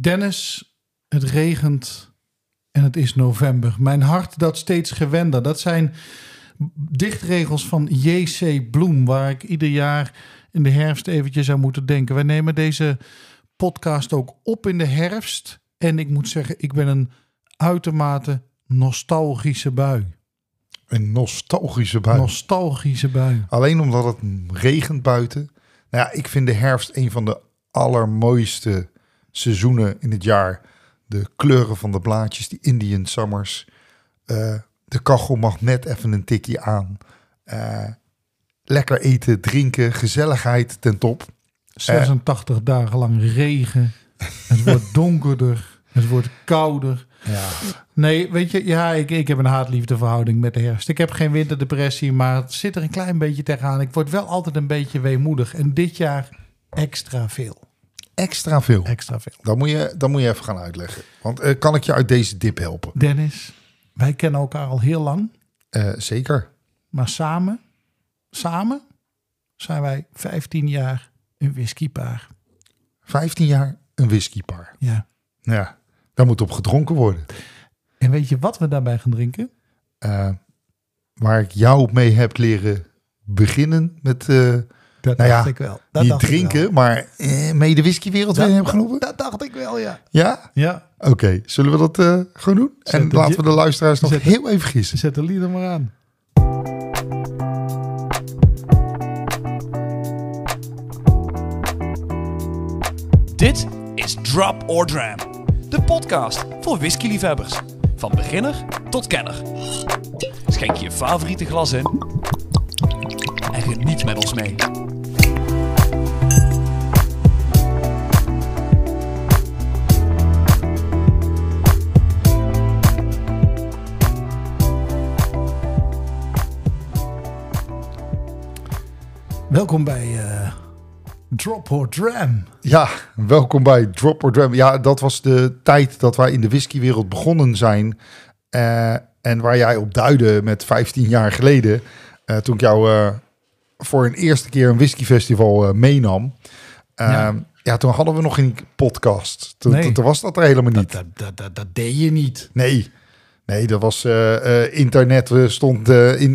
Dennis, het regent en het is november. Mijn hart dat steeds gewender. Dat zijn dichtregels van J.C. Bloem, waar ik ieder jaar in de herfst eventjes aan moet denken. Wij nemen deze podcast ook op in de herfst. En ik moet zeggen, ik ben een uitermate nostalgische bui. Een nostalgische bui? Nostalgische bui. Alleen omdat het regent buiten. Nou ja, ik vind de herfst een van de allermooiste seizoenen in het jaar. De kleuren van de blaadjes, die Indian Summers. De kachel mag net even een tikje aan. Lekker eten, drinken, gezelligheid ten top. 86 dagen lang regen. Het wordt donkerder. Het wordt kouder. Ja. Nee, weet je, ja, ik heb een haat-liefde verhouding met de herfst. Ik heb geen winterdepressie, maar het zit er een klein beetje tegenaan. Ik word wel altijd een beetje weemoedig. En dit jaar extra veel. Extra veel? Extra veel. Dan moet je even gaan uitleggen. Want kan ik je uit deze dip helpen? Dennis, wij kennen elkaar al heel lang. Zeker. Maar samen zijn wij 15 jaar een whiskypaar. 15 jaar een whiskypaar. Ja. Ja, daar moet op gedronken worden. En weet je wat we daarbij gaan drinken? Waar ik jou mee heb leren beginnen met... Dat dacht ik wel. Dat niet drinken, maar mee de whiskywereld weer hebben gelopen? Dat dacht ik wel, ja. Ja? Ja. Oké, zullen we dat gewoon doen? En laten we de luisteraars nog heel even gissen. Zet de lied er maar aan. Dit is Drop or Dram, de podcast voor whiskyliefhebbers. Van beginner tot kenner. Schenk je favoriete glas in en geniet met ons mee. Welkom bij Drop or Dram. Ja, welkom bij Drop or Dram. Ja, dat was de tijd dat wij in de whiskywereld begonnen zijn. En waar jij op duidde met 15 jaar geleden. Toen ik jou voor een eerste keer een whiskyfestival meenam. Ja, toen hadden we nog geen podcast. Toen was dat er helemaal niet. Dat deed je niet. Nee, dat was internet stond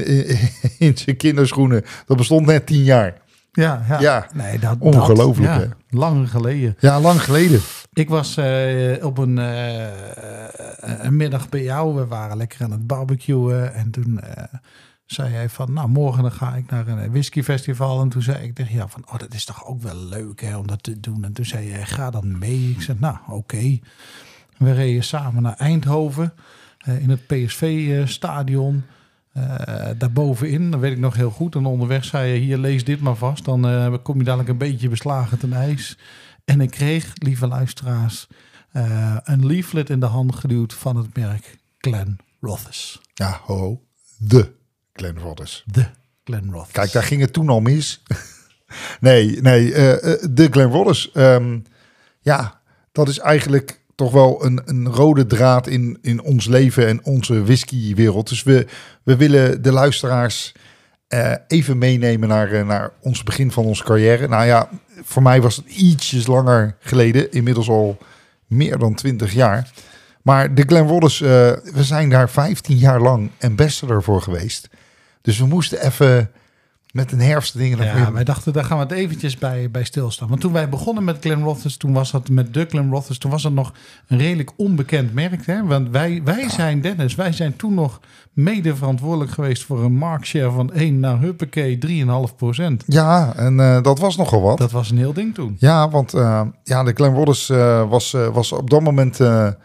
in zijn kinderschoenen. Dat bestond net 10 jaar. Ja. Nee, ongelooflijk, hè? Lang geleden. Ja, lang geleden. Ik was op een middag bij jou. We waren lekker aan het barbecuen. En toen zei hij van, nou, morgen dan ga ik naar een whiskyfestival. En toen zei ik tegen jou van, oh, dat is toch ook wel leuk, hè, om dat te doen. En toen zei hij, ga dan mee. Ik zei, nou, oké. We reden samen naar Eindhoven. In het PSV-stadion. Daarbovenin, dat weet ik nog heel goed. En onderweg zei je, hier, lees dit maar vast. Dan kom je dadelijk een beetje beslagen ten ijs. En ik kreeg, lieve luisteraars, een leaflet in de hand geduwd van het merk Glenrothes. Ja, de Glenrothes. De Glenrothes. Kijk, daar ging het toen al mis. Nee, de Glenrothes. Ja, dat is eigenlijk toch wel een rode draad in ons leven en onze whiskywereld. Dus we willen de luisteraars even meenemen naar ons begin van onze carrière. Nou ja, voor mij was het ietsjes langer geleden. Inmiddels al meer dan 20 jaar. Maar de Glenrothes, we zijn daar 15 jaar lang ambassador voor geweest. Dus we moesten even met een herfstdingen. Ja, wij dachten, daar gaan we het eventjes bij stilstaan. Want toen wij begonnen met Glenrothes, toen was dat met de Glenrothes, toen was het nog een redelijk onbekend merk. Hè? Want wij zijn, Dennis, wij zijn toen nog mede verantwoordelijk geweest voor een marktshare van 1 naar huppakee 3,5%. Ja, en dat was nogal wat. Dat was een heel ding toen. Ja, want de Glenrothes was op dat moment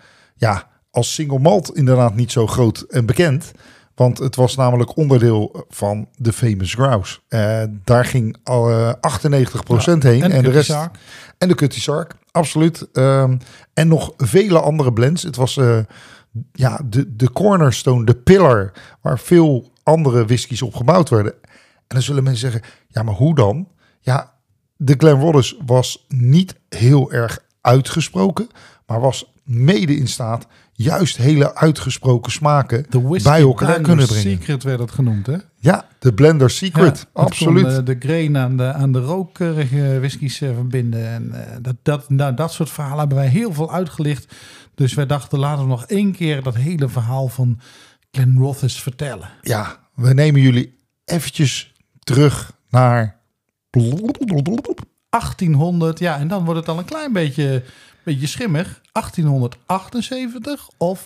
als single malt inderdaad niet zo groot en bekend. Want het was namelijk onderdeel van de Famous Grouse. Daar ging 98% heen. En de rest. Sark. En de Cutty Sark, absoluut. En nog vele andere blends. Het was de cornerstone, de pillar, waar veel andere whiskies op gebouwd werden. En dan zullen mensen zeggen, ja, maar hoe dan? Ja, de Glenrothes was niet heel erg uitgesproken, maar was mede in staat juist hele uitgesproken smaken De whisky bij elkaar Blender kunnen brengen. Secret werd het genoemd, hè? Ja, de Blender Secret, Ja, absoluut. Het kon, de grain aan de rokerige whiskies verbinden. En dat soort verhalen hebben wij heel veel uitgelicht. Dus wij dachten, laten we nog 1 keer dat hele verhaal van Glenrothes vertellen. Ja, we nemen jullie eventjes terug naar 1800, ja, en dan wordt het al een klein beetje schimmig. 1878 of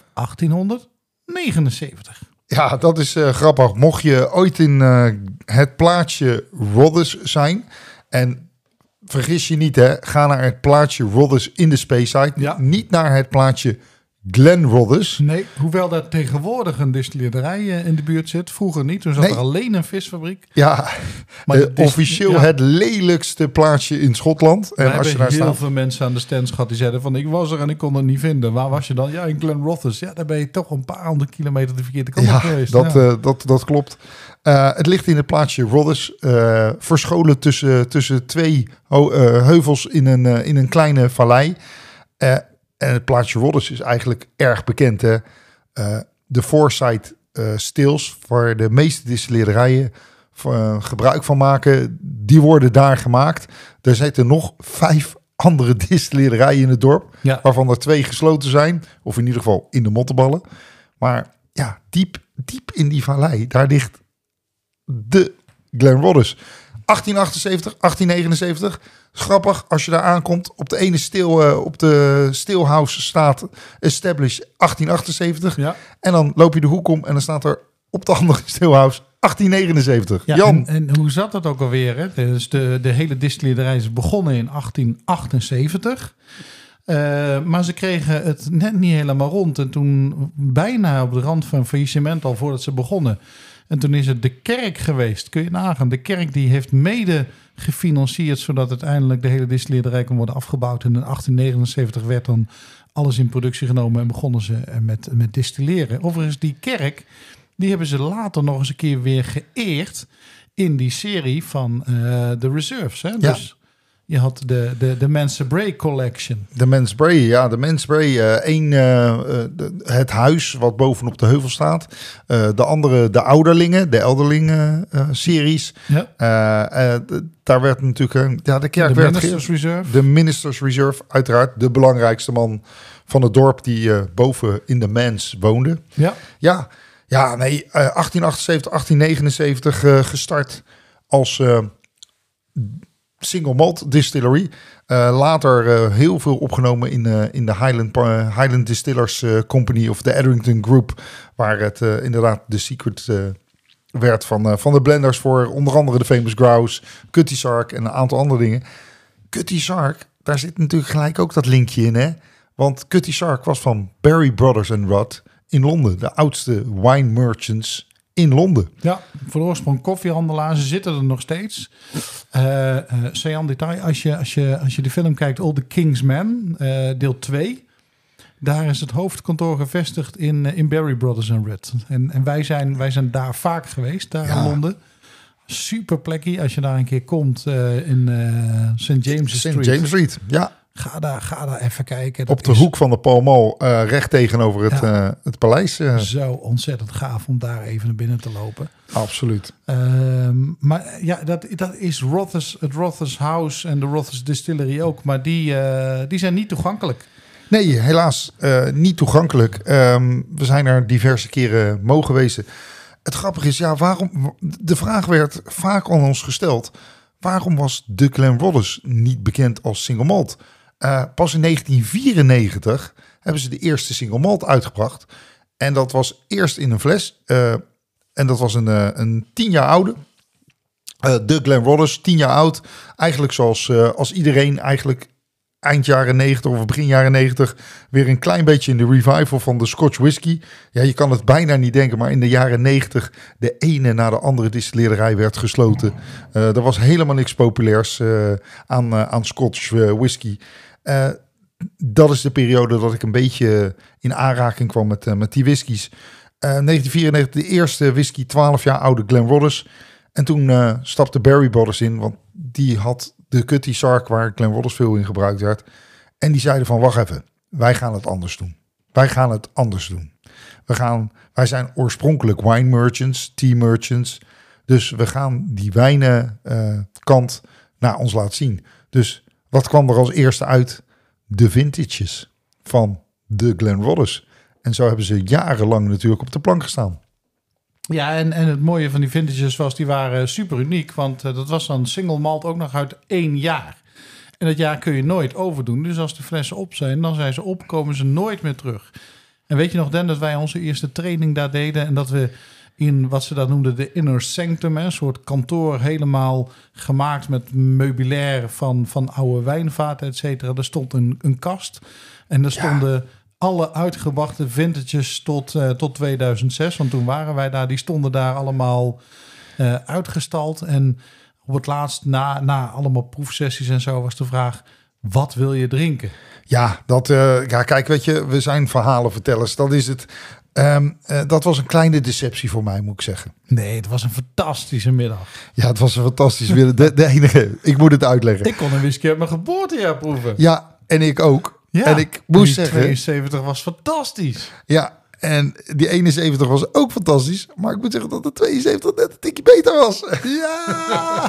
1879. Ja, dat is grappig. Mocht je ooit in het plaatsje Rothes zijn, en vergis je niet, hè, ga naar het plaatsje Rothes in de Speyside, Ja. niet naar het plaatsje Glenrothes. Nee, hoewel daar tegenwoordig een distillerij in de buurt zit. Vroeger niet, toen zat Nee. er alleen een visfabriek. Ja, Maar de officieel ja. het lelijkste plaatsje in Schotland. We En als je hebben daar heel staat, veel mensen aan de stand gehad die zeiden van ik was er en ik kon het niet vinden. Waar was je dan? Ja, in Glenrothes. Ja, daar ben je toch een paar 100 kilometer de verkeerde kant op ja, geweest. dat klopt. Het ligt in het plaatsje Rothes, verscholen tussen 2 heuvels in een kleine vallei. En het plaatsje Rothes is eigenlijk erg bekend. Hè? De Foresight Stills, waar de meeste distillerijen gebruik van maken, die worden daar gemaakt. Er zitten nog 5 andere distillerijen in het dorp, Ja. waarvan er 2 gesloten zijn, of in ieder geval in de mottenballen. Maar ja, diep in die vallei, daar ligt de Glenrothes. 1878, 1879. Grappig, als je daar aankomt, op de ene op de Stillhouse staat Established 1878. Ja. En dan loop je de hoek om en dan staat er op de andere Stillhouse 1879. Ja, Jan, en hoe zat het ook alweer? Hè? Dus de hele distillerij is begonnen in 1878. Maar ze kregen het net niet helemaal rond. En toen bijna op de rand van faillissement al voordat ze begonnen. En toen is het de kerk geweest. Kun je nagaan. De kerk die heeft mede gefinancierd zodat uiteindelijk de hele distillerij kon worden afgebouwd. En in 1879 werd dan alles in productie genomen en begonnen ze met distilleren. Overigens, die kerk, die hebben ze later nog eens een keer weer geëerd in die serie van The Reserves. Hè? Ja. Dus je had de Mansbray Collection. de Mansbray, ja, de Mansbray. Het huis wat bovenop de heuvel staat. De andere, de Ouderlingen, de Elderlingen-series. Ja. Daar werd natuurlijk, de kerk De werd Ministers Reserve. de Ministers Reserve, uiteraard de belangrijkste man van het dorp die boven in de Mans woonde. Ja. Ja, nee, 1878, 1879 gestart als single malt distillery. Later heel veel opgenomen in de Highland Distillers Company of de Edrington Group, waar het inderdaad de secret werd van de blenders voor onder andere de Famous Grouse, Cutty Sark en een aantal andere dingen. Cutty Sark, daar zit natuurlijk gelijk ook dat linkje in, hè? Want Cutty Sark was van Barry Brothers Rudd in Londen, de oudste wine merchants in Londen. Ja, voor de oorsprong koffiehandelaar. Ze zitten er nog steeds. Sean detail, als je de film kijkt, All the King's Men, deel 2. Daar is het hoofdkantoor gevestigd in Barry Brothers Rudd. En wij zijn daar vaak geweest, daar in Londen. Super plekje als je daar een keer komt in St. James Street. St. James Street, ja. Ga daar even kijken. Op de hoek van de Pall Mall, recht tegenover het paleis. Zo ontzettend gaaf om daar even naar binnen te lopen. Absoluut. Maar ja, dat is Rothes, het Rothes House en de Rothes Distillery ook. Maar die zijn niet toegankelijk. Nee, helaas niet toegankelijk. We zijn er diverse keren mogen wezen. Het grappige is, waarom? De vraag werd vaak aan ons gesteld. Waarom was de Glenrothes niet bekend als single malt? Pas in 1994 hebben ze de eerste single malt uitgebracht. En dat was eerst in een fles. En dat was een 10 jaar oude. De Glenrothes, 10 jaar oud. Eigenlijk zoals als iedereen eigenlijk eind jaren 90 of begin jaren 90 weer een klein beetje in de revival van de Scotch whisky. Ja, je kan het bijna niet denken, maar in de jaren 90 de ene na de andere distillerij werd gesloten. Er was helemaal niks populairs aan Scotch whisky. Dat is de periode dat ik een beetje in aanraking kwam met die whiskies. 1994 de eerste whisky, 12 jaar oude Glenrothes. En toen stapte Barry Brothers in, want die had de Cutty Sark waar Glenrothes veel in gebruikt werd. En die zeiden van, wacht even, wij gaan het anders doen. wij gaan het anders doen. Wij zijn oorspronkelijk wine merchants, tea merchants. Dus we gaan die wijnen kant naar ons laten zien. Dus wat kwam er als eerste uit? De vintages van de Glenrothes. En zo hebben ze jarenlang natuurlijk op de plank gestaan. Ja, en het mooie van die vintages was, die waren super uniek. Want dat was dan single malt ook nog uit 1 jaar. En dat jaar kun je nooit overdoen. Dus als de flessen op zijn, dan zijn ze op, komen ze nooit meer terug. En weet je nog, Dan, dat wij onze eerste training daar deden en dat we in wat ze dat noemden de inner sanctum, een soort kantoor helemaal gemaakt met meubilair van oude wijnvaten, et cetera. Er stond een kast en er stonden alle uitgebrachte vintages tot 2006. Want toen waren wij daar, die stonden daar allemaal uitgestald. En op het laatst, na allemaal proefsessies en zo, was de vraag: wat wil je drinken? Ja, kijk, weet je, we zijn verhalenvertellers. Dat is het. Dat was een kleine deceptie voor mij, moet ik zeggen. Nee, het was een fantastische middag. Ja, het was een fantastisch middag. De enige, ik moet het uitleggen. Ik kon een whisky uit mijn geboortejaar proeven. Ja, en ik ook. Ja, en ik moest die zeggen... 72 was fantastisch. Ja, en die 71 was ook fantastisch. Maar ik moet zeggen dat de 72 net een tikje beter was. Ja!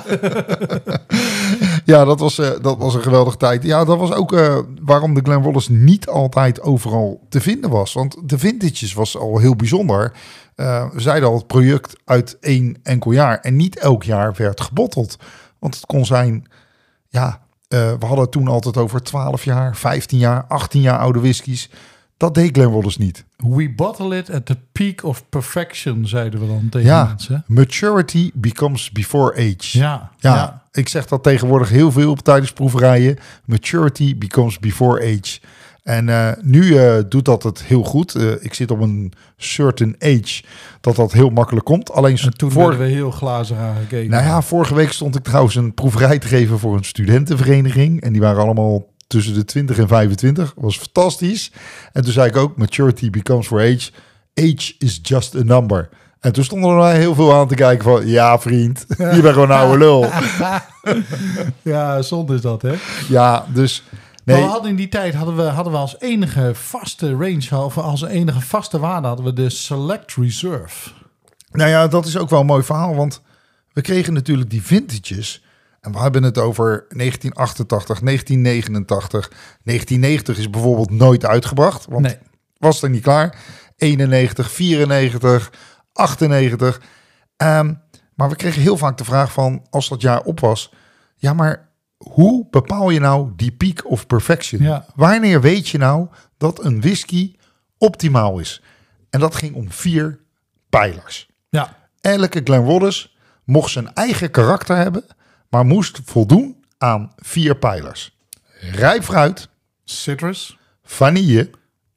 Ja, dat was een geweldige tijd. Ja, dat was ook waarom de Glenrothes niet altijd overal te vinden was. Want de vintages was al heel bijzonder. We zeiden al, het project uit 1 enkel jaar. En niet elk jaar werd gebotteld. Want het kon zijn... Ja, we hadden het toen altijd over 12 jaar, 15 jaar, 18 jaar oude whiskies. Dat deed Glenrothes niet. We bottle it at the peak of perfection, zeiden we dan tegen mensen. Maturity becomes before age. Ja. Ik zeg dat tegenwoordig heel veel tijdens proeverijen. Maturity becomes before age. En nu doet dat het heel goed. Ik zit op een certain age dat heel makkelijk komt. Alleen en toen werden we heel glazig aangekeken. Nou ja, vorige week stond ik trouwens een proeverij te geven voor een studentenvereniging. En die waren allemaal tussen de 20 en 25. Dat was fantastisch. En toen zei ik ook, maturity becomes for age. Age is just a number. En toen stonden er heel veel aan te kijken van... Ja, vriend, je bent gewoon een oude lul. Ja, zonde is dat, hè? Ja, dus... Nee. Maar we hadden in die tijd hadden we als enige vaste range, of als enige vaste waarde, hadden we de Select Reserve. Nou ja, dat is ook wel een mooi verhaal, want we kregen natuurlijk die vintages. En we hebben het over 1988, 1989. 1990 is bijvoorbeeld nooit uitgebracht, want was er niet klaar. 91, 94, 98. Maar we kregen heel vaak de vraag van, als dat jaar op was... Ja, maar hoe bepaal je nou die peak of perfection? Ja. Wanneer weet je nou dat een whisky optimaal is? En dat ging om 4 pijlers. Ja. Elke Glenrothes mocht zijn eigen karakter hebben, maar moest voldoen aan 4 pijlers. Rijp fruit, citrus, vanille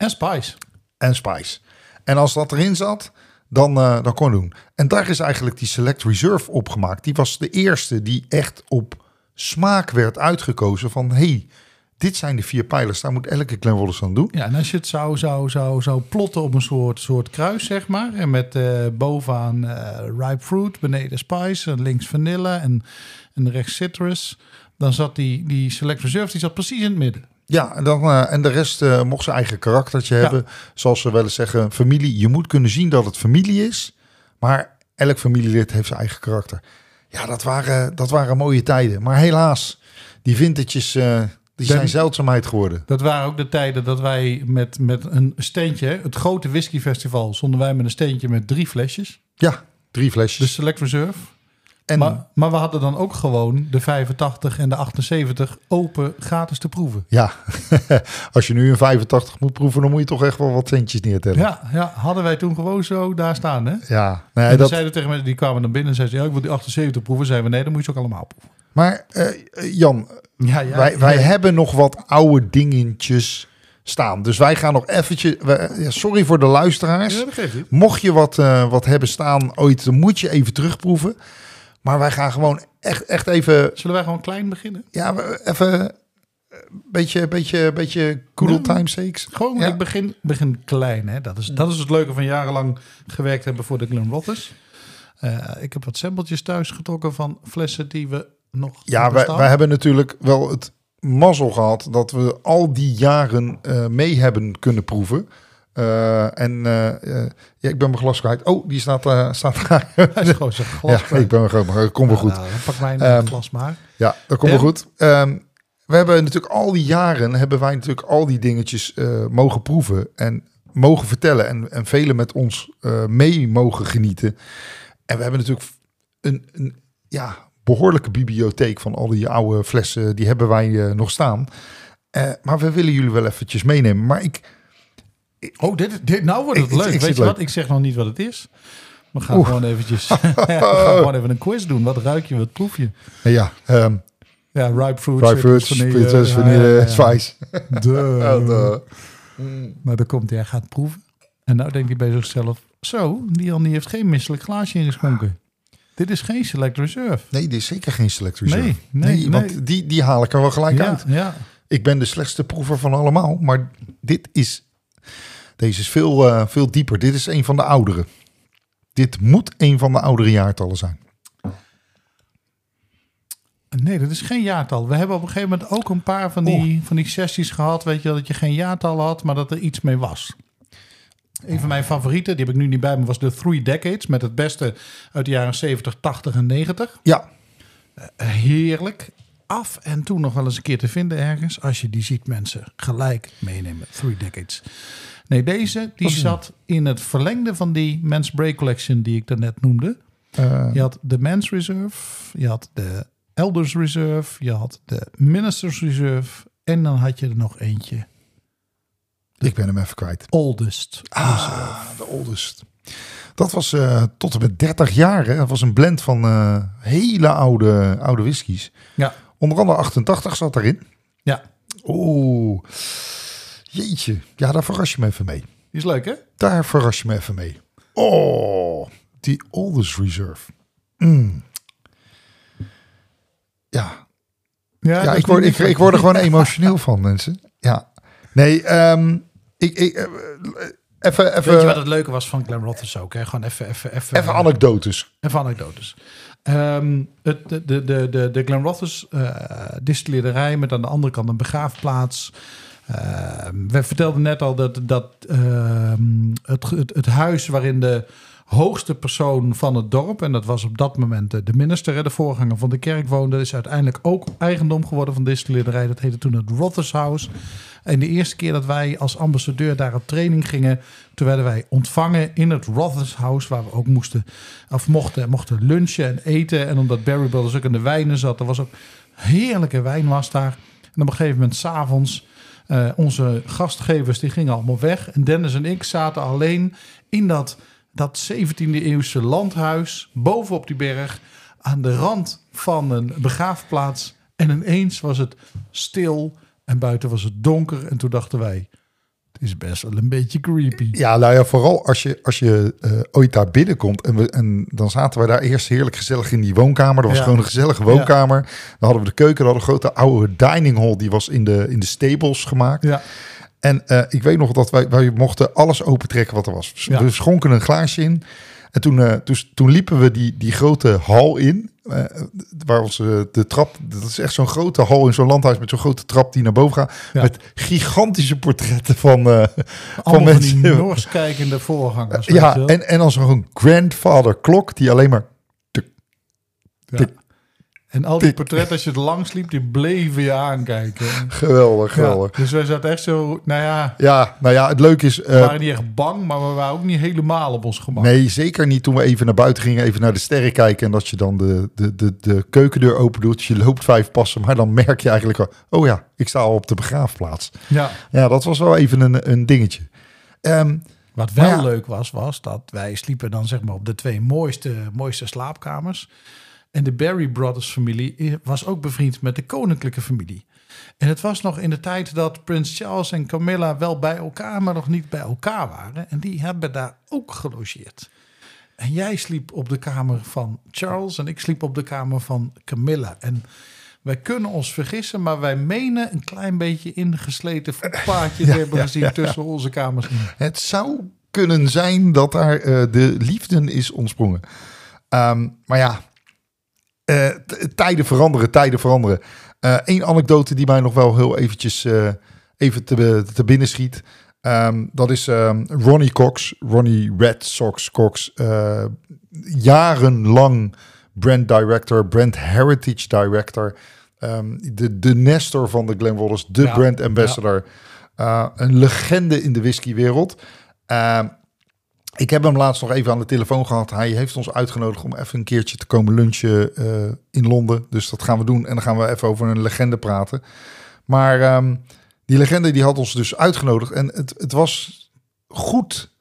en spice. En als dat erin zat, dan kon je doen. En daar is eigenlijk die Select Reserve opgemaakt. Die was de eerste die echt op smaak werd uitgekozen van... hey, dit zijn de 4 pijlers, daar moet elke Glenrothes aan doen. Ja, en als je het zou plotten op een soort kruis, zeg maar... en met bovenaan ripe fruit, beneden spice, en links vanille en rechts citrus... dan zat die Select Reserve, die zat precies in het midden. Ja, en de rest mocht zijn eigen karaktertje hebben. Zoals ze wel eens zeggen, familie. Je moet kunnen zien dat het familie is, maar elk familielid heeft zijn eigen karakter. Ja, dat waren mooie tijden. Maar helaas, die vintages zijn zeldzaamheid geworden. Dat waren ook de tijden dat wij met een steentje... het grote whiskyfestival, stonden wij met een steentje met 3 flesjes. Ja, 3 flesjes. De Select Reserve. Maar we hadden dan ook gewoon de 85 en de 78 open gratis te proeven. Ja, als je nu een 85 moet proeven, dan moet je toch echt wel wat centjes neertellen. Ja, hadden wij toen gewoon zo daar staan, hè? Ja. Nee, en dan zeiden tegen mensen, die kwamen dan binnen en zeiden... ja, ik wil die 78 proeven. Zeiden we, nee, dan moet je ze ook allemaal proeven. Maar Jan, wij hebben nog wat oude dingetjes staan. Dus wij gaan nog eventjes... sorry voor de luisteraars. Ja, dat geeft niet. Mocht je wat hebben staan ooit, dan moet je even terugproeven. Maar wij gaan gewoon echt even... Zullen wij gewoon klein beginnen? Ja, even beetje cool time sakes. Gewoon, ja. Ik begin klein. Hè? Dat is het leuke van jarenlang gewerkt hebben voor de Glenrothes. Ik heb wat sampletjes thuis getrokken van flessen die we nog... Ja, wij hebben natuurlijk wel het mazzel gehad dat we al die jaren mee hebben kunnen proeven. Ik ben mijn glas kwijt. Oh, die staat Hij is gewoon zijn glas. Ja, ik ben gewoon. Kom wel goed. Nou, dan pak mijn glas maar. Ja, dat komt wel goed. We hebben natuurlijk al die jaren al die dingetjes mogen proeven en mogen vertellen en velen met ons mee mogen genieten. En we hebben natuurlijk een behoorlijke bibliotheek van al die oude flessen, die hebben wij nog staan. Maar we willen jullie wel eventjes meenemen. Maar Nou wordt het leuk. Weet je wat? Ik zeg nog niet wat het is. We gaan gewoon eventjes gewoon even een quiz doen. Wat ruik je, wat proef je? Ja, ripe fruits, vanille, spice. Maar dan komt hij gaat proeven. En nou denkt hij bij zichzelf, zo, die heeft geen misselijk glaasje ingeschonken. Dit is geen Select Reserve. Nee, dit is zeker geen Select Reserve. Nee. Want die haal ik er wel gelijk uit. Ja. Ik ben de slechtste proever van allemaal, maar deze is veel dieper. Dit is een van de oudere. Dit moet een van de oudere jaartallen zijn. Nee, dat is geen jaartal. We hebben op een gegeven moment ook een paar van die sessies gehad. Weet je, dat je geen jaartal had, maar dat er iets mee was. Een van mijn favorieten, die heb ik nu niet bij me, was de 3 Decades. Met het beste uit de jaren 70, 80 en 90. Ja. Heerlijk. Af en toe nog wel eens een keer te vinden ergens. Als je die ziet, mensen gelijk meenemen. 3 Decades. Nee, deze die zat in het verlengde van die Men's Break Collection die ik daarnet noemde. Je had de Men's Reserve, je had de Elders Reserve, je had de Ministers Reserve en dan had je er nog eentje. Ik ben hem even kwijt. Oldest. De Oldest. Dat was tot en met 30 jaar. Hè? Dat was een blend van hele oude whiskies. Ja. Onder andere 88 zat erin. Ja. Oeh. Jeetje. Ja, daar verras je me even mee. Die is leuk, hè? Daar verras je me even mee. Oh, die Oldest Reserve. Ja. Ja, ik word er gewoon emotioneel van, mensen. Ja. Nee, even... Weet je wat het leuke was van Glenrothes ook? Hè? Gewoon even anekdotes. Even anekdotes. De Glenrothes distilleerderij met aan de andere kant een begraafplaats. We vertelden net al dat het huis waarin de hoogste persoon van het dorp, en dat was op dat moment de minister, de voorganger van de kerk, woonde, is uiteindelijk ook eigendom geworden van de distilleerderij. Dat heette toen het Rothes House. En de eerste keer dat wij als ambassadeur daar op training gingen, toen werden wij ontvangen in het Rothes House, waar we ook mochten lunchen en eten. En omdat Barry Brothers ook in de wijnen zat, er was ook heerlijke wijn was daar. En op een gegeven moment 's avonds, onze gastgevers die gingen allemaal weg. En Dennis en ik zaten alleen in dat 17e eeuwse landhuis bovenop die berg aan de rand van een begraafplaats. En ineens was het stil en buiten was het donker. En toen dachten wij, het is best wel een beetje creepy. Ja, nou ja, vooral als je ooit daar binnenkomt. En dan zaten we daar eerst heerlijk gezellig in die woonkamer. Dat was gewoon een gezellige woonkamer. Ja. Dan hadden we de keuken, dan hadden we een grote oude dining hall. Die was in de stables gemaakt. Ja. En ik weet nog dat wij mochten alles opentrekken wat er was. Ja. We schonken een glaasje in. En toen liepen we die grote hal in. Waar onze de trap... Dat is echt zo'n grote hal in zo'n landhuis met zo'n grote trap die naar boven gaat. Ja. Met gigantische portretten van mensen. Van die Noors kijkende voorgangers. Ja, en dan zo'n grandfather klok die alleen maar... En al die portretten, als je het langs liep, die bleven je aankijken. Geweldig. Ja, dus wij zaten echt zo, het leuke is... we waren niet echt bang, maar we waren ook niet helemaal op ons gemak. Nee, zeker niet toen we even naar buiten gingen, even naar de sterren kijken. En dat je dan de keukendeur open doet. Je loopt 5 passen, maar dan merk je eigenlijk wel... Oh ja, ik sta al op de begraafplaats. Ja, dat was wel even een dingetje. Wat wel leuk was dat wij sliepen dan zeg maar op de 2 mooiste slaapkamers. En de Barry Brothers familie was ook bevriend met de koninklijke familie. En het was nog in de tijd dat Prins Charles en Camilla wel bij elkaar, maar nog niet bij elkaar waren. En die hebben daar ook gelogeerd. En jij sliep op de kamer van Charles en ik sliep op de kamer van Camilla. En wij kunnen ons vergissen, maar wij menen een klein beetje ingesleten voetpaadje te hebben gezien tussen onze kamers. Het zou kunnen zijn dat daar de liefde is ontsprongen. Maar ja... tijden veranderen. Eén anekdote die mij nog wel heel eventjes even te binnen schiet. Dat is Ronnie Cox, Ronnie Red Sox Cox. Jarenlang brand director, brand heritage director. De Nestor van de Glenrothes, de brand ambassador. Een legende in de whiskywereld. Ik heb hem laatst nog even aan de telefoon gehad. Hij heeft ons uitgenodigd om even een keertje te komen lunchen in Londen. Dus dat gaan we doen. En dan gaan we even over een legende praten. Maar die legende die had ons dus uitgenodigd. En het was goed,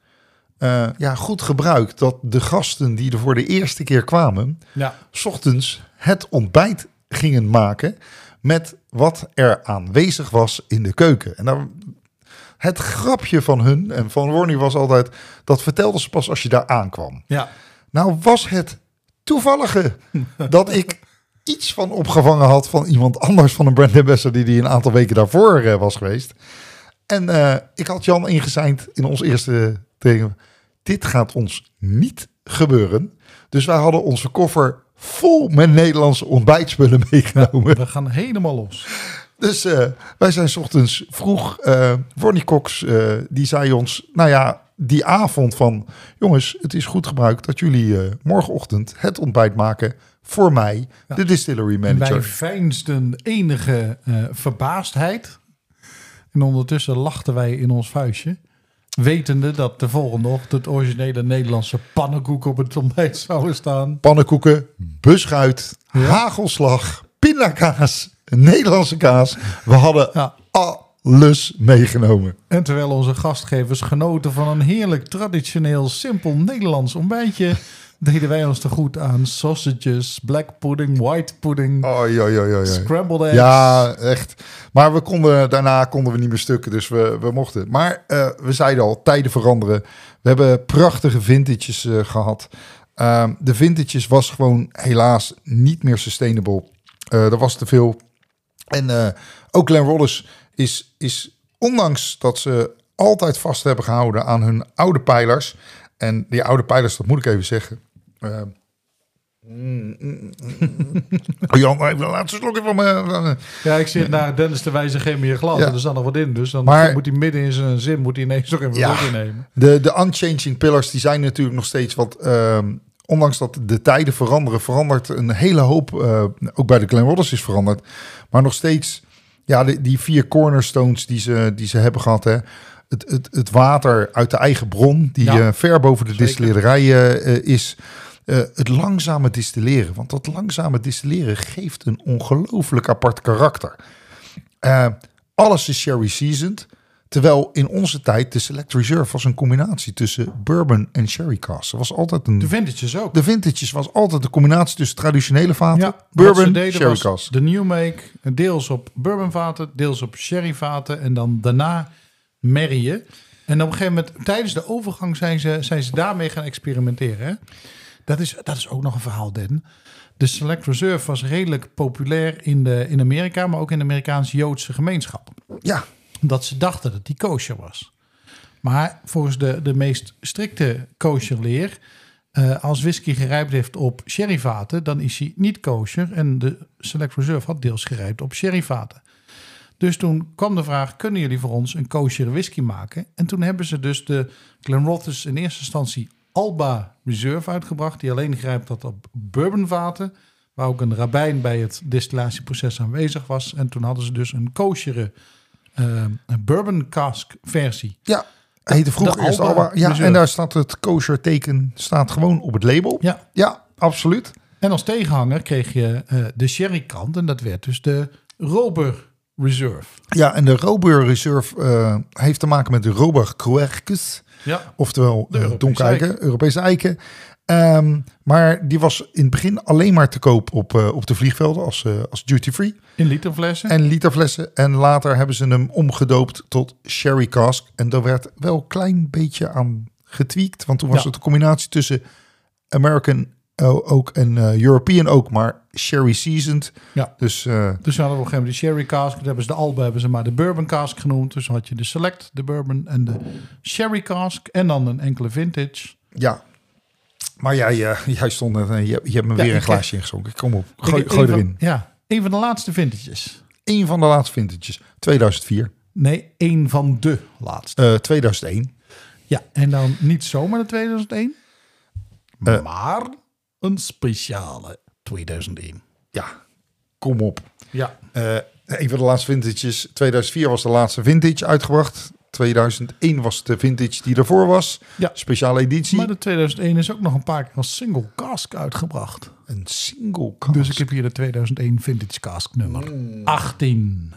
goed gebruikt dat de gasten die er voor de eerste keer kwamen... 's ochtends het ontbijt gingen maken met wat er aanwezig was in de keuken. En dan... Het grapje van hun en van Ronnie was altijd... dat vertelden ze pas als je daar aankwam. Ja. Nou was het toevallige dat ik iets van opgevangen had... van iemand anders van een brand ambassador... die een aantal weken daarvoor was geweest. En ik had Jan ingezeind in ons eerste tegen. Dit gaat ons niet gebeuren. Dus wij hadden onze koffer vol met Nederlandse ontbijtspullen meegenomen. We gaan helemaal los. Dus wij zijn 's ochtends vroeg. Ronnie Cox, die zei ons, die avond van... jongens, het is goed gebruikt dat jullie morgenochtend het ontbijt maken... voor mij, de distillery manager. Wij veinsden enige verbaasdheid. En ondertussen lachten wij in ons vuistje. Wetende dat de volgende ochtend originele Nederlandse pannenkoeken op het ontbijt zouden staan. Pannenkoeken, beschuit, hagelslag, pindakaas... Nederlandse kaas. We hadden alles meegenomen. En terwijl onze gastgevers genoten van een heerlijk, traditioneel, simpel Nederlands ontbijtje... deden wij ons te goed aan sausages, black pudding, white pudding, scrambled eggs. Ja, echt. Maar daarna konden we niet meer stukken, dus we mochten. Maar we zeiden al, tijden veranderen. We hebben prachtige vintages gehad. De vintages was gewoon helaas niet meer sustainable. Er was te veel... En ook Glenrothes is, ondanks dat ze altijd vast hebben gehouden aan hun oude pijlers. En die oude pijlers, dat moet ik even zeggen. Jan, even de laatste slokje van me. Ja, ik zit naar Dennis te wijzen, geef me je glas. En er staat nog wat in. Dus dan moet hij midden in zijn zin, moet hij ineens nog even wat innemen. De unchanging pillars, die zijn natuurlijk nog steeds wat... ondanks dat de tijden verandert een hele hoop. Ook bij de Glenrothes is veranderd. Maar nog steeds, die 4 cornerstones die ze hebben gehad. Hè. Het water uit de eigen bron, die ver boven de distillerij is. Het langzame distilleren. Want dat langzame distilleren geeft een ongelooflijk apart karakter. Alles is sherry seasoned. Terwijl in onze tijd de Select Reserve was een combinatie tussen bourbon en sherry cask. Was altijd de vintages ook. De vintages was altijd een combinatie tussen traditionele vaten, bourbon, sherry cask. De new make, deels op bourbon vaten, deels op sherry vaten en dan daarna merrieën. En op een gegeven moment, tijdens de overgang zijn ze daarmee gaan experimenteren. Hè? Dat is ook nog een verhaal, Den. De Select Reserve was redelijk populair in Amerika, maar ook in de Amerikaanse Joodse gemeenschap. Ja. Dat ze dachten dat die kosher was. Maar volgens de meest strikte kosherleer... als whisky gerijpt heeft op sherryvaten... dan is hij niet kosher. En de Select Reserve had deels gerijpt op sherryvaten. Dus toen kwam de vraag... kunnen jullie voor ons een kosher whisky maken? En toen hebben ze dus de Glenrothes in eerste instantie... Alba Reserve uitgebracht... die alleen gerijpt had op bourbonvaten... waar ook een rabbijn bij het distillatieproces aanwezig was. En toen hadden ze dus een koshere... een bourbon cask versie. Ja, heette vroeger eerst Alba. Ja, en daar staat het kosher teken gewoon op het label. Ja, absoluut. En als tegenhanger kreeg je de sherry kant en dat werd dus de Robur Reserve. Ja, en de Robur Reserve heeft te maken met de Robur Quercus. Ja. Oftewel donker eiken, Europese eiken. Maar die was in het begin alleen maar te koop op de vliegvelden als duty-free. In literflessen. En literflessen. En later hebben ze hem omgedoopt tot sherry cask. En daar werd wel een klein beetje aan getweakt. Want toen was het een combinatie tussen American ook en European ook. Maar sherry seasoned. Ja. Dus hadden we op een gegeven moment de sherry cask. Dat hebben ze de Alba, hebben ze maar de bourbon cask genoemd. Dus had je de Select, de bourbon en de sherry cask. En dan een enkele vintage. Ja. Maar jij stond net, je hebt me weer een glaasje ingeschonken. Kom op, gooi erin. Ja, een van de laatste vintages. Een van de laatste vintages, 2004. Nee, één van de laatste. 2001. Ja, en dan niet zomaar de 2001, maar een speciale 2001. Ja, kom op. Ja. Een van de laatste vintages. 2004 was de laatste vintage uitgebracht. 2001 was de vintage die ervoor was. Ja. Speciale editie. Maar de 2001 is ook nog een paar keer als single cask uitgebracht. Een single cask. Dus ik heb hier de 2001 vintage cask nummer 18.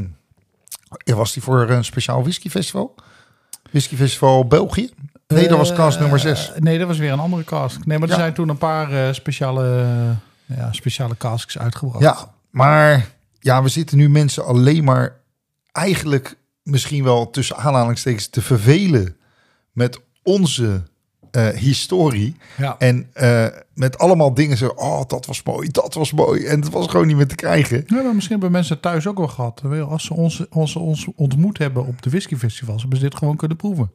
Ja, was die voor een speciaal whiskyfestival? Whiskyfestival België? Nee, dat was cask nummer 6. Nee, dat was weer een andere cask. Nee, maar er zijn toen een paar speciale casks uitgebracht. Ja, maar ja, we zitten nu mensen alleen maar eigenlijk misschien wel tussen aanhalingstekens te vervelen met onze historie. Ja. En met allemaal dingen zo, dat was mooi. En het was gewoon niet meer te krijgen. Ja, maar misschien hebben mensen thuis ook wel gehad. Als ze ons ontmoet hebben op de whiskyfestivals, hebben ze dit gewoon kunnen proeven.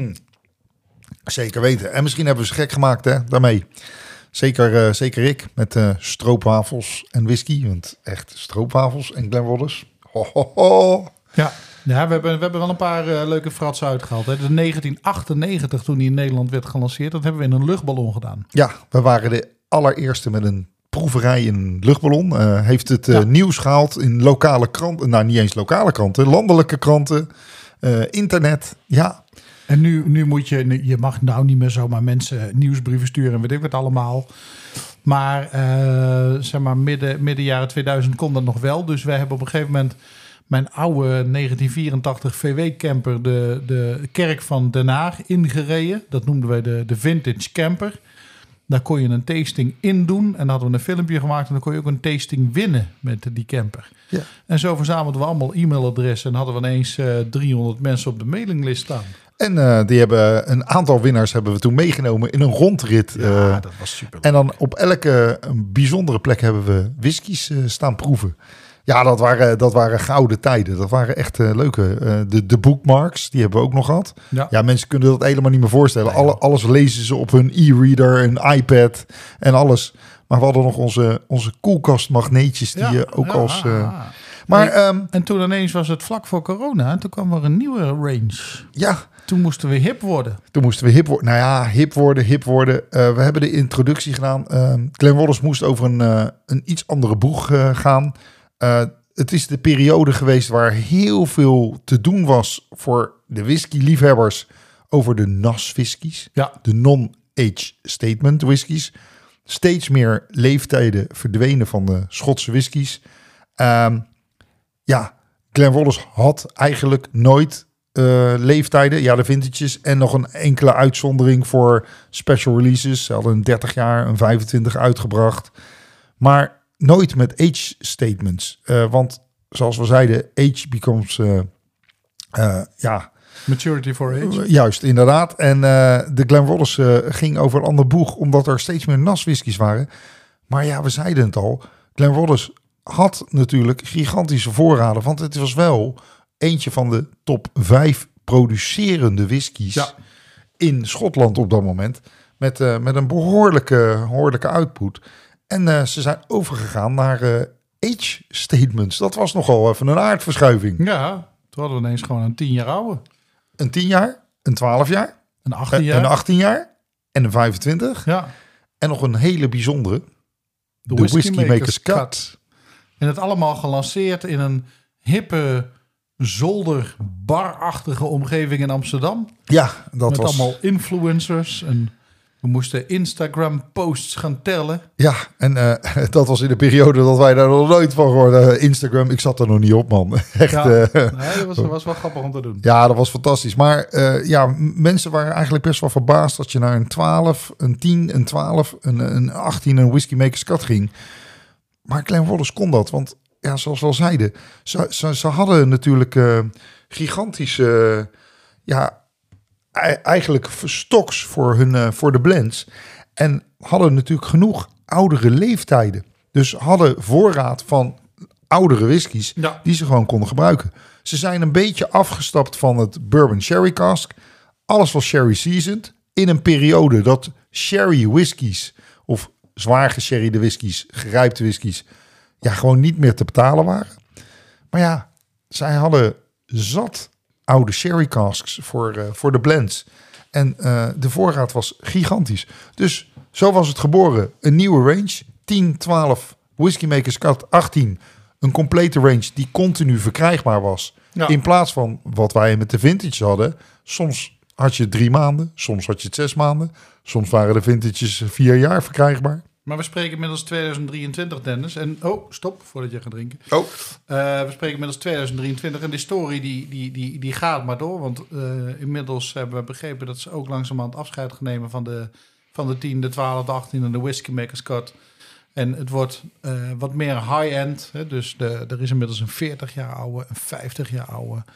Zeker weten. En misschien hebben we ze gek gemaakt daarmee. Zeker ik met stroopwafels en whisky. Want echt stroopwafels en Glenrothes. Ho, ho, ho. Ja, we hebben wel een paar leuke fratsen uitgehaald. Hè. Dus 1998, toen die in Nederland werd gelanceerd, dat hebben we in een luchtballon gedaan. Ja, we waren de allereerste met een proeverij in een luchtballon. Heeft het nieuws gehaald in lokale kranten. Nou, niet eens lokale kranten, landelijke kranten, internet. Ja. En nu moet je mag nou niet meer zomaar mensen nieuwsbrieven sturen en weet ik wat allemaal. Maar zeg maar midden jaren 2000 kon dat nog wel. Dus wij hebben op een gegeven moment mijn oude 1984 VW-camper de kerk van Den Haag ingereden. Dat noemden wij de vintage camper. Daar kon je een tasting in doen. En dan hadden we een filmpje gemaakt en dan kon je ook een tasting winnen met die camper. Ja. En zo verzamelden we allemaal e-mailadressen en hadden we ineens 300 mensen op de mailinglist staan. En die hebben een aantal winnaars hebben we toen meegenomen in een rondrit. Ja, dat was super. En dan op elke bijzondere plek hebben we whiskies staan proeven. Ja, dat waren gouden tijden. Dat waren echt leuke. De bookmarks, die hebben we ook nog gehad. Ja, mensen kunnen dat helemaal niet meer voorstellen. Nee, alles lezen ze op hun e-reader, een iPad en alles. Maar we hadden nog onze koelkastmagneetjes die je ook als... Maar, en toen ineens was het vlak voor corona en toen kwam er een nieuwe range. Ja. Toen moesten we hip worden. Nou ja, hip worden. We hebben de introductie gedaan. Glenrothes moest over een iets andere boeg gaan. Het is de periode geweest waar heel veel te doen was voor de whisky-liefhebbers over de NAS-whiskies. Ja. De non-age statement whiskies. Steeds meer leeftijden verdwenen van de Schotse whiskies. Glenrothes had eigenlijk nooit leeftijden. Ja, de vintages en nog een enkele uitzondering voor special releases. Ze hadden een 30 jaar, een 25 uitgebracht. Maar nooit met age statements. Want zoals we zeiden, age becomes... Maturity for age. Juist, inderdaad. En de Glenrothes ging over een ander boeg, omdat er steeds meer NAS-whiskies waren. Maar ja, we zeiden het al. Glenrothes had natuurlijk gigantische voorraden. Want het was wel eentje van de top 5 producerende whiskies in Schotland op dat moment. Met een behoorlijke output. En ze zijn overgegaan naar age statements. Dat was nogal even een aardverschuiving. Ja, toen hadden we ineens gewoon een 10 jaar oude. Een 10 jaar, een 12 jaar, een 18 jaar, een 18 jaar en een 25. Ja. En nog een hele bijzondere, de Whisky Makers Cut. En het allemaal gelanceerd in een hippe zolderbarachtige omgeving in Amsterdam. Ja, dat met was... allemaal influencers en we moesten Instagram-posts gaan tellen. Ja, en dat was in de periode dat wij daar nog nooit van hoorden. Instagram, ik zat er nog niet op, man. Echt. Ja, dat was wel grappig om te doen. Ja, dat was fantastisch. Maar mensen waren eigenlijk best wel verbaasd dat je naar een 12, een 10, een 12, een 18, een Whisky Makers Cut ging. Maar Glenrothes kon dat, want ja, zoals we al zeiden, ze hadden natuurlijk gigantische... eigenlijk stocks voor de blends. En hadden natuurlijk genoeg oudere leeftijden. Dus hadden voorraad van oudere whiskies die ze gewoon konden gebruiken. Ze zijn een beetje afgestapt van het bourbon sherry cask. Alles was sherry seasoned. In een periode dat sherry whiskies of zwaar gesherryde whiskies, gerijpte whiskies, gewoon niet meer te betalen waren. Maar ja, zij hadden zat oude sherry casks voor de blends. En de voorraad was gigantisch. Dus zo was het geboren. Een nieuwe range. 10, 12 Whisky Makers Cut 18. Een complete range die continu verkrijgbaar was. Ja. In plaats van wat wij met de vintage hadden. Soms had je 3 maanden. Soms had je het 6 maanden. Soms waren de vintages 4 jaar verkrijgbaar. Maar we spreken inmiddels 2023, Dennis. En stop, voordat je gaat drinken. We spreken inmiddels 2023 en de story die gaat maar door. Want inmiddels hebben we begrepen dat ze ook langzamerhand afscheid gaan nemen van de 10, de 12, de 18 en de Whisky Makers Cut. En het wordt wat meer high-end. Hè? Dus er is inmiddels een 40 jaar oude, een 50 jaar oude.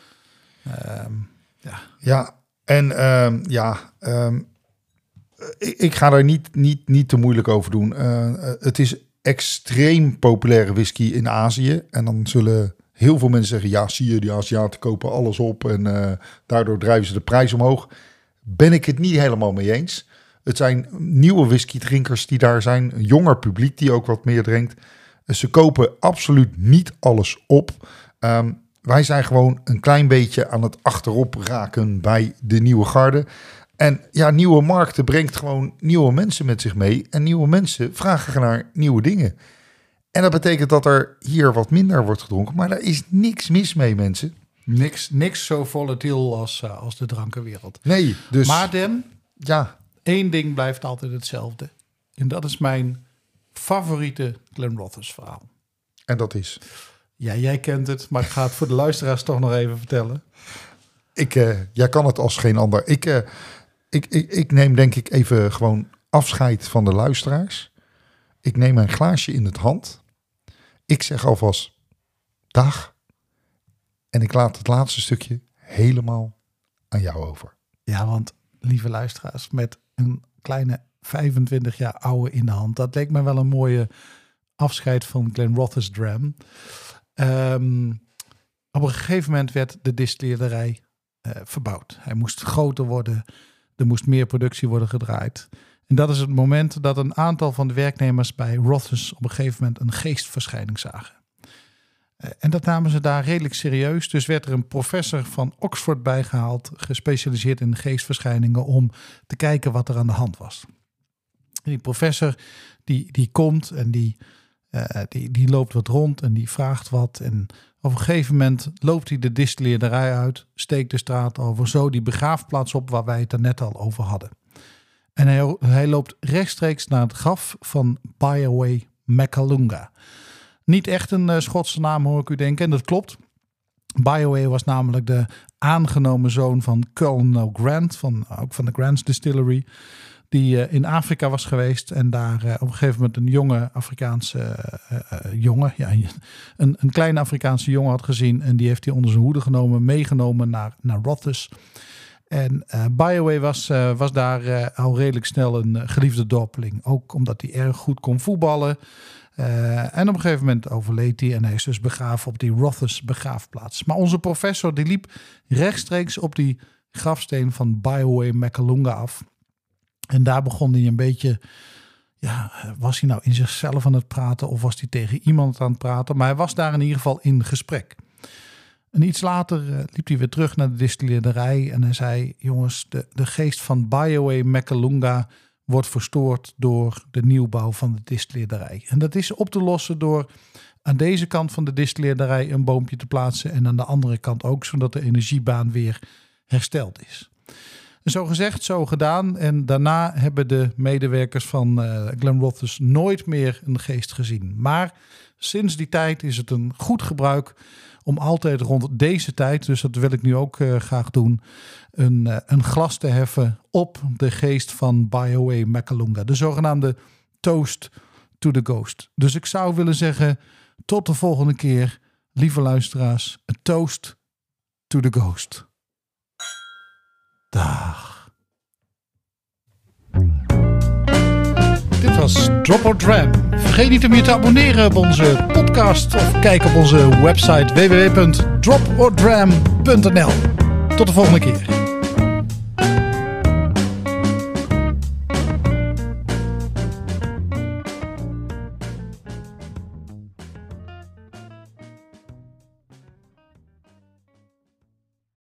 Ik ga daar niet te moeilijk over doen. Het is extreem populaire whisky in Azië. En dan zullen heel veel mensen zeggen... ja, zie je, die Aziaten kopen alles op... en daardoor drijven ze de prijs omhoog. Ben ik het niet helemaal mee eens. Het zijn nieuwe whisky-drinkers die daar zijn. Een jonger publiek die ook wat meer drinkt. Ze kopen absoluut niet alles op. Wij zijn gewoon een klein beetje aan het achterop raken bij de nieuwe garde... En ja, nieuwe markten brengt gewoon nieuwe mensen met zich mee. En nieuwe mensen vragen naar nieuwe dingen. En dat betekent dat er hier wat minder wordt gedronken. Maar daar is niks mis mee, mensen. Niks zo volatiel als de drankenwereld. Nee, dus... Maar Dan, ja, 1 ding blijft altijd hetzelfde. En dat is mijn favoriete Glenrothes verhaal. en dat is... Ja, jij kent het, maar ik ga het voor de luisteraars toch nog even vertellen. Jij kan het als geen ander. Ik neem denk ik even gewoon afscheid van de luisteraars. Ik neem mijn glaasje in het hand. Ik zeg alvast dag. En ik laat het laatste stukje helemaal aan jou over. Ja, want lieve luisteraars, met een kleine 25 jaar oude in de hand. Dat leek me wel een mooie afscheid van Glenrothes Dram. Op een gegeven moment werd de distillerij verbouwd. Hij moest groter worden. Er moest meer productie worden gedraaid. En dat is het moment dat een aantal van de werknemers bij Rothes op een gegeven moment een geestverschijning zagen. En dat namen ze daar redelijk serieus. Dus werd er een professor van Oxford bijgehaald, gespecialiseerd in geestverschijningen, om te kijken wat er aan de hand was. En die professor die komt en die loopt wat rond en die vraagt wat. En op een gegeven moment loopt hij de distillerij uit, steekt de straat over, zo die begraafplaats op waar wij het er net al over hadden. En hij loopt rechtstreeks naar het graf van Biaway Macalunga. Niet echt een Schotse naam, hoor ik u denken. En dat klopt. Biaway was namelijk de aangenomen zoon van Colonel Grant, ook van de Grant's Distillery, die in Afrika was geweest en daar op een gegeven moment een jonge Afrikaanse een kleine Afrikaanse jongen had gezien. En die heeft hij onder zijn hoede meegenomen naar Rothes. En Biaway was daar al redelijk snel een geliefde dorpeling. Ook omdat hij erg goed kon voetballen. En op een gegeven moment overleed hij en hij is dus begraven op die Rothes begraafplaats. Maar onze professor die liep rechtstreeks op die grafsteen van Biaway Macalunga af. En daar begon hij een beetje, was hij nou in zichzelf aan het praten of was hij tegen iemand aan het praten? Maar hij was daar in ieder geval in gesprek. En iets later liep hij weer terug naar de distillerij en hij zei, jongens, de geest van Biaway Macalunga wordt verstoord door de nieuwbouw van de distillerij. En dat is op te lossen door aan deze kant van de distillerij een boompje te plaatsen en aan de andere kant ook, zodat de energiebaan weer hersteld is. En zo gezegd, zo gedaan. En daarna hebben de medewerkers van Glenrothes nooit meer een geest gezien. Maar sinds die tijd is het een goed gebruik om altijd rond deze tijd, dus dat wil ik nu ook graag doen, een glas te heffen op de geest van Biaway Macalunga. De zogenaamde Toast to the Ghost. Dus ik zou willen zeggen, tot de volgende keer, lieve luisteraars, een toast to the ghost. Dag. Dit was Drop or Dram. Vergeet niet om je te abonneren op onze podcast of kijk op onze website www.dropordram.nl. Tot de volgende keer.